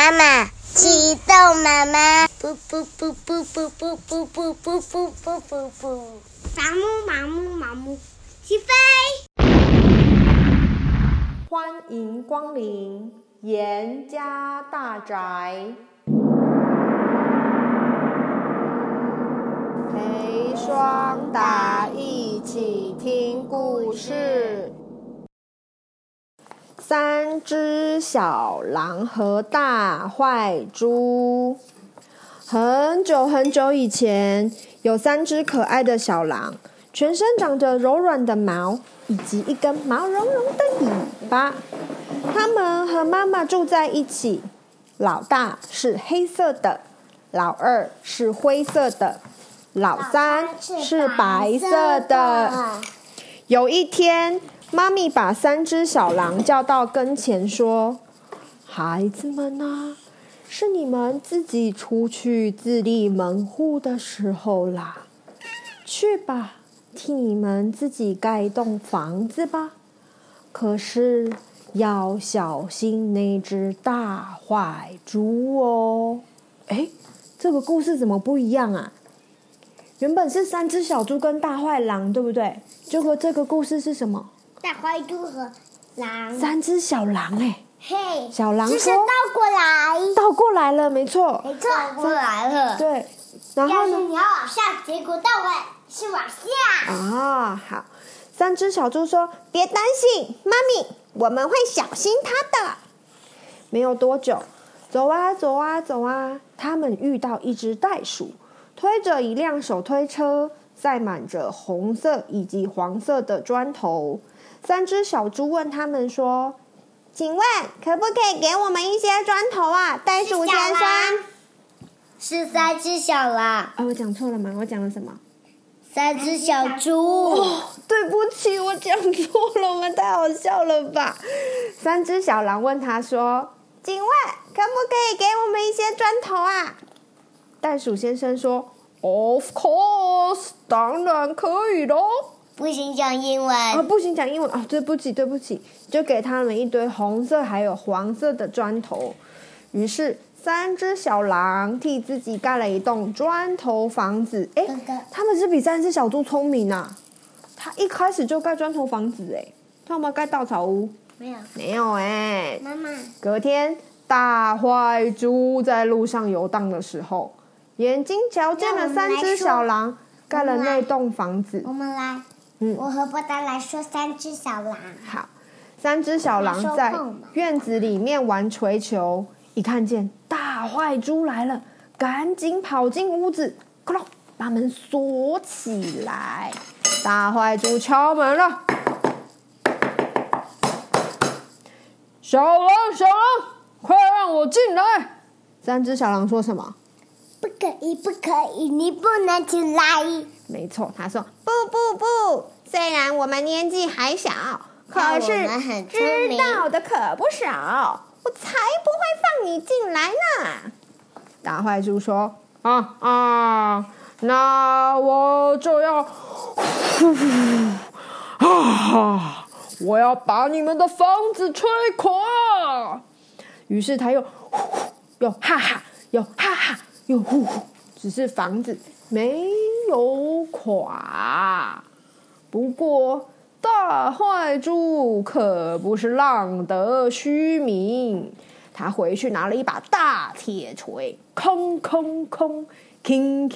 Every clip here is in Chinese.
妈妈，启动妈妈，噗噗噗噗噗噗噗噗噗噗噗噗噗，麻木，起飞！ 欢迎光临严家大宅，陪双打一起听故事。三只小狼和大坏猪。很久很久以前，有三只可爱的小狼，全身长着柔软的毛，以及一根毛茸茸的尾巴。它们和妈妈住在一起，老大是黑色的，老二是灰色的，老三是白色的。有一天，妈咪把三只小狼叫到跟前说：“孩子们啊，是你们自己出去自立门户的时候啦，去吧，替你们自己盖一栋房子吧。可是要小心那只大坏猪哦。”诶，这个故事怎么不一样啊？原本是三只小猪跟大坏狼，对不对？结果这个故事是什么？ 大坏猪和狼， 三只小狼嘿， 小狼说这是倒过来了，没错， 倒过来了。 对，然后呢？ 要是你要往上，结果倒过来是往下。 啊，好。三只小猪说：“别担心，妈咪，我们会小心它的。”没有多久，走啊走啊走啊，他们遇到一只袋鼠，推着一辆手推车，载满着红色以及黄色的砖头。三只小猪问他们说：“请问可不可以给我们一些砖头啊，袋鼠先生？” 是三只小狼。 我讲错了吗？我讲了什么？ 三只小猪。 对不起，我讲错了，我们太好笑了吧？三只小狼问他说：“请问可不可以给我们一些砖头啊？”袋鼠先生说：“Of course， 当然可以咯。” 不行讲英文。 不行讲英文啊！对不起，就给他们一堆红色还有黄色的砖头。于是三只小狼替自己盖了一栋砖头房子。他们是比三只小猪聪明啊！他一开始就盖砖头房子，他有没有盖稻草屋？没有妈妈， 隔天，大坏猪在路上游荡的时候，眼睛瞧见了三只小狼盖了那栋房子。 我们来，我和波达来说三只小狼。 好，三只小狼在院子里面玩槌球，一看见大坏猪来了，赶紧跑进屋子，哐啷把门锁起来。大坏猪敲门了，小狼，快让我进来！三只小狼说什么？ 不可以，你不能进来。 没错，他说不，虽然我们年纪还小，可是知道的可不少，我才不会放你进来呢。大坏猪说：“那我就要，我要把你们的房子吹垮。”于是他又哈哈，又哈哈，又呼呼，只是房子没有垮。不过大坏猪可不是浪得虚名，他回去拿了一把大铁锤，空，铿，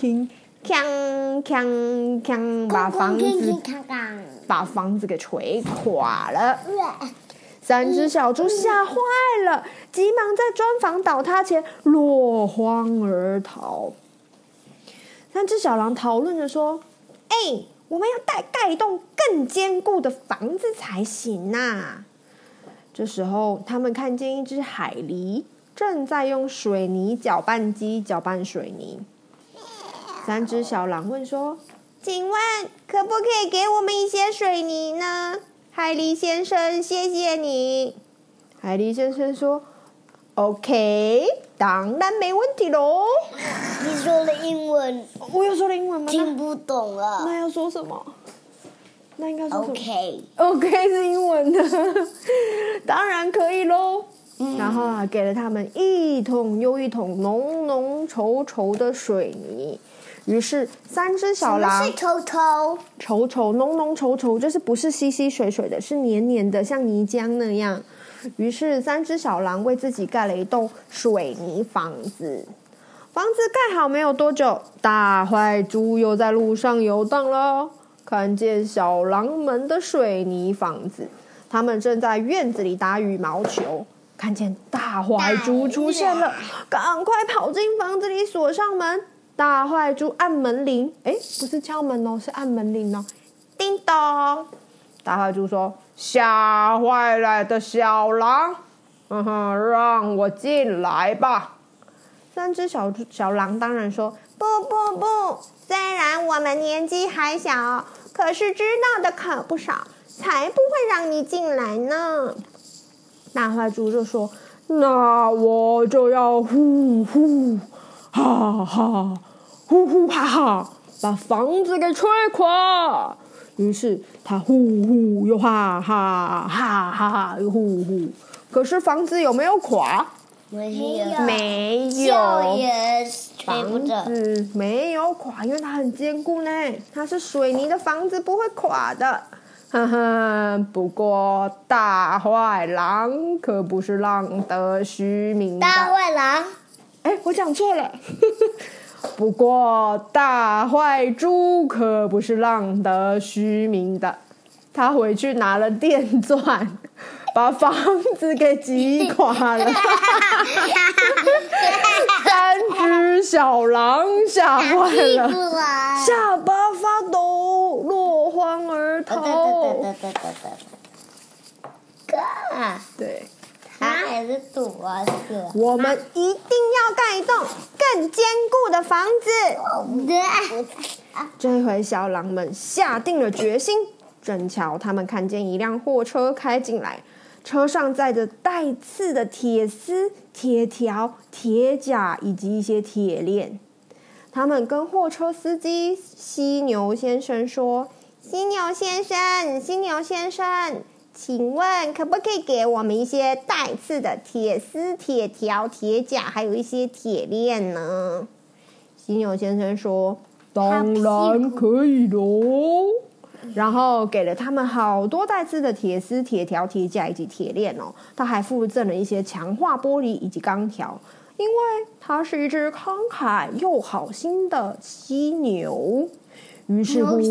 锵，把房子给锤垮了。三只小猪吓坏了，急忙在砖房倒塌前落荒而逃。三只小狼讨论着说：“我们要盖一栋更坚固的房子才行啊！”这时候，他们看见一只海狸正在用水泥搅拌机搅拌水泥。三只小狼问说：“请问可不可以给我们一些水泥呢？海狸先生，谢谢你。”海狸先生说：“OK， 当然没问题喽。” 你说了英文， 我有说了英文吗？ 听不懂了。 那要说什么？那应该说什么 ？OK 是英文的，当然可以喽。然后给了他们一一桶又一桶浓浓稠稠的水泥。于是3只小狼， 什么是稠稠？ 稠稠浓浓稠稠，就是不是稀稀水水的，是黏黏的，像泥浆那样。于是3只小狼为自己盖了一栋水泥房子。房子盖好没有多久，大坏猪又在路上游荡了。看见小狼们的水泥房子，他们正在院子里打羽毛球。看见大坏猪出现了，赶快跑进房子里锁上门。大坏猪按门铃，不是敲门哦，是按门铃哦。叮咚，大坏猪说：“吓坏了的小狼，让我进来吧。”3只小狼当然说：“不，虽然我们年纪还小，可是知道的可不少，才不会让你进来呢。”大坏猪就说：“那我就要呼呼哈哈，呼呼哈哈，把房子给吹垮。”于是他呼呼又哈哈，哈哈又呼呼。可是房子有没有垮？没有，房子没有垮，因为它很坚固呢。它是水泥的房子，不会垮的。不过大坏狼可不是浪得虚名的。 大坏狼？ 我讲错了。不过大坏猪可不是浪得虚名的。他回去拿了电钻，把房子给击垮了。3只小狼吓坏了，下巴发抖，落荒而逃。对， 他还是躲着。 我们一定要盖一栋更坚固的房子。这回小狼们下定了决心。正巧他们看见一辆货车开进来，车上载着带刺的铁丝、铁条、铁甲以及一些铁链。他们跟货车司机犀牛先生说：“犀牛先生，请问可不可以给我们一些带刺的铁丝、铁条、铁甲，还有一些铁链呢？”犀牛先生说：“当然可以喽。”然后给了他们好多带刺的铁丝、铁条、铁甲以及铁链哦。他还附赠了一些强化玻璃以及钢条，因为他是一只慷慨又好心的犀牛。于是乎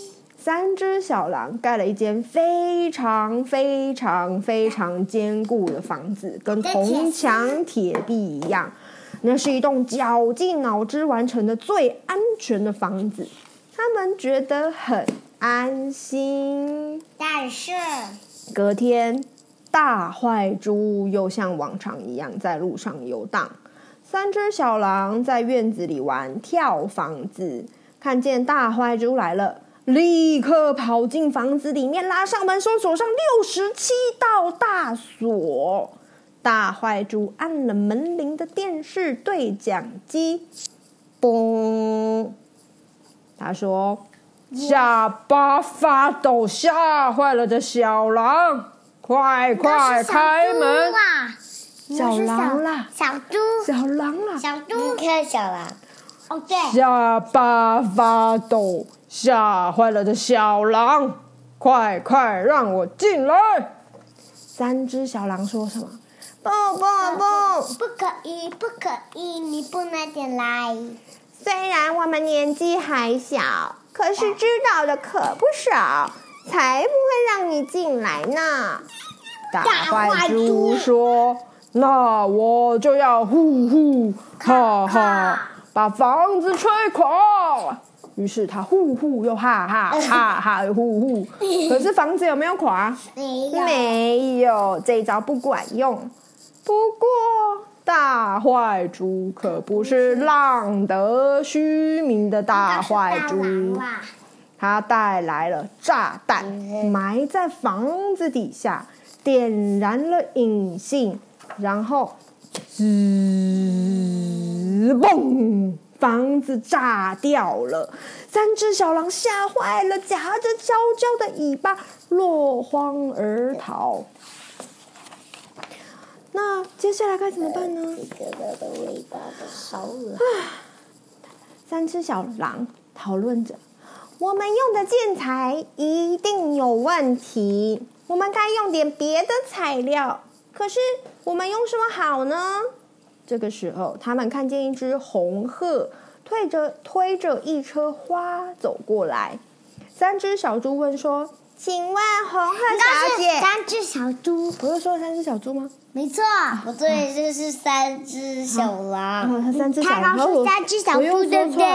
，3只小狼盖了一间非常非常非常坚固的房子，跟铜墙铁壁一样。那是一栋绞尽脑汁完成的最安全的房子，他们觉得很安心。 但是隔天，大坏猪又像往常一样在路上游荡。3只小狼在院子里玩跳房子，看见大坏猪来了，立刻跑进房子里面，拉上门锁上67道大锁。大坏猪按了门铃的电视对讲机，嘣！他说：“下巴发抖，吓坏了的小狼，快开门！”小狼啦， 小猪， 小狼啦， 小猪，你看小狼。哦，对， 下巴发抖，吓坏了的小狼，快让我进来！3只小狼说什么？不， 不可以，你不能进来。 虽然我们年纪还小，可是知道的可不少，才不会让你进来呢。大坏猪说：“那我就要呼呼哈哈，把房子吹垮。”于是他呼呼又哈哈哈哈又呼呼，可是房子有没有垮？没有，这一招不管用。不过大坏猪可不是浪得虚名的大坏猪，他带来了炸弹，埋在房子底下，点燃了引信，然后嘣，房子炸掉了。3只小狼吓坏了，夹着焦焦的尾巴落荒而逃。那接下来该怎么办呢？ 少了。 3只小狼讨论着，我们用的建材一定有问题，我们该用点别的材料。可是我们用什么好呢？这个时候，他们看见一只红鹤推着一车花走过来。3只小猪问说：“请问红鹤小姐 3只小猪， 不是说3只小猪吗？ 没错，不对，这是3只小狼。 他3只小狼， 他刚说3只小猪，对不对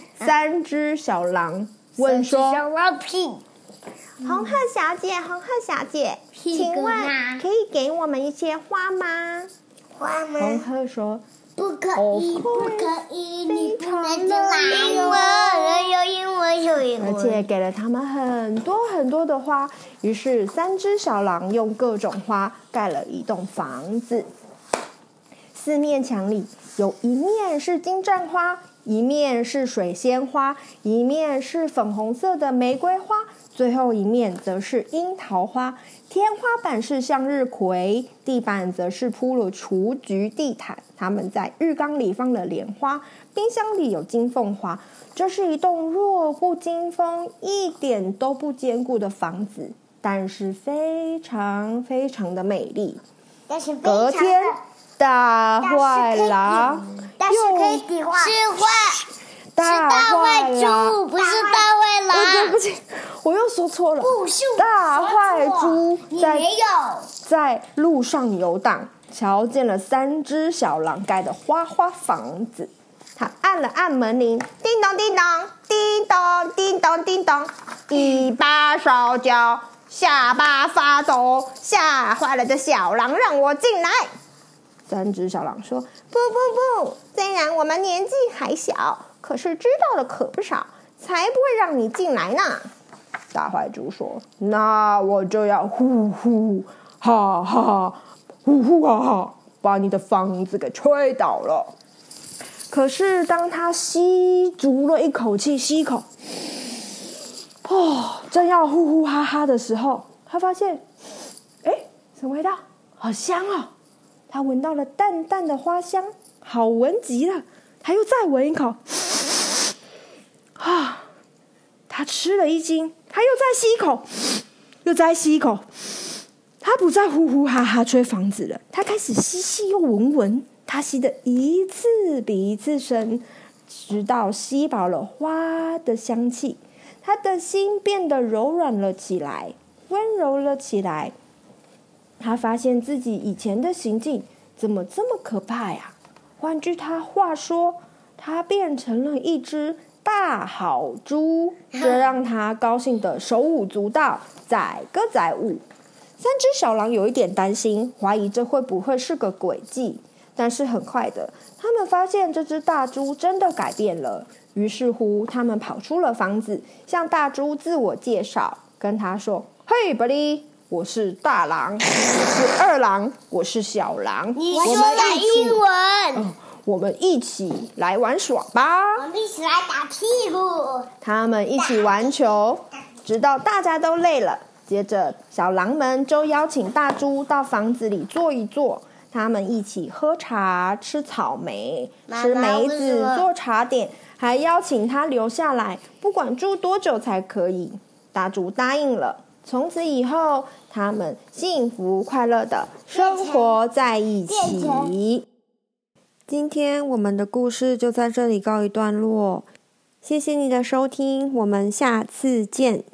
？3只小狼问说：“ 小狼屁， 红鹤小姐，红鹤小姐，请问可以给我们一些花吗？” 花吗？ 红鹤说：“ 不可以，不可以，你不能进来。英文有英文有英文， 而且给了他们很多很多的花。于是3只小狼用各种花盖了一栋房子。4面墙里有一面是金盏花，一面是水仙花，一面是粉红色的玫瑰花，最后一面则是樱桃花。天花板是向日葵，地板则是铺了雏菊地毯。他们在浴缸里放了莲花，冰箱里有金凤花。这是一栋弱不禁风、一点都不坚固的房子，但是非常非常的美丽。隔天，大坏狼但是可以抵换，是大坏猪，不是大坏狼。 对不起，我又说错了。大坏猪在路上游荡，瞧见了3只小狼盖的花花房子。他按了按门铃，叮咚叮咚，叮咚叮咚叮咚，一把烧焦，下巴发抖，吓坏了的小狼让我进来。3只小狼说：“不，虽然我们年纪还小，可是知道的可不少，才不会让你进来呢。”大坏猪说：“那我就要呼呼哈哈，呼呼哈哈，把你的房子给吹倒了。”可是当他吸足了一口气，正要呼呼哈哈的时候，他发现，什么味道？好香哦！他闻到了淡淡的花香，好闻极了。他又再闻一口，他吃了一惊，他又再吸一口，又再吸一口。他不再呼呼哈哈吹房子了，他开始吸又闻。他吸得一次比一次深，直到吸饱了花的香气，他的心变得柔软了起来，温柔了起来。他发现自己以前的行径怎么这么可怕呀？换句话说，他变成了一只大好猪，这让他高兴得手舞足蹈，载歌载舞。3只小狼有一点担心，怀疑这会不会是个诡计。但是很快的，他们发现这只大猪真的改变了。于是乎，他们跑出了房子，向大猪自我介绍，跟他说：“嘿，buddy，我是大狼，我是二狼，我是小狼。 你说的英文。 我们一起来玩耍吧。 我们一起来打屁股。” 他们一起玩球，直到大家都累了。接着，小狼们就邀请大猪到房子里坐一坐。他们一起喝茶、吃草莓、吃梅子做茶点，还邀请他留下来，不管住多久才可以。大猪答应了。从此以后，他们幸福快乐的生活在一起。今天我们的故事就在这里告一段落，谢谢你的收听，我们下次见。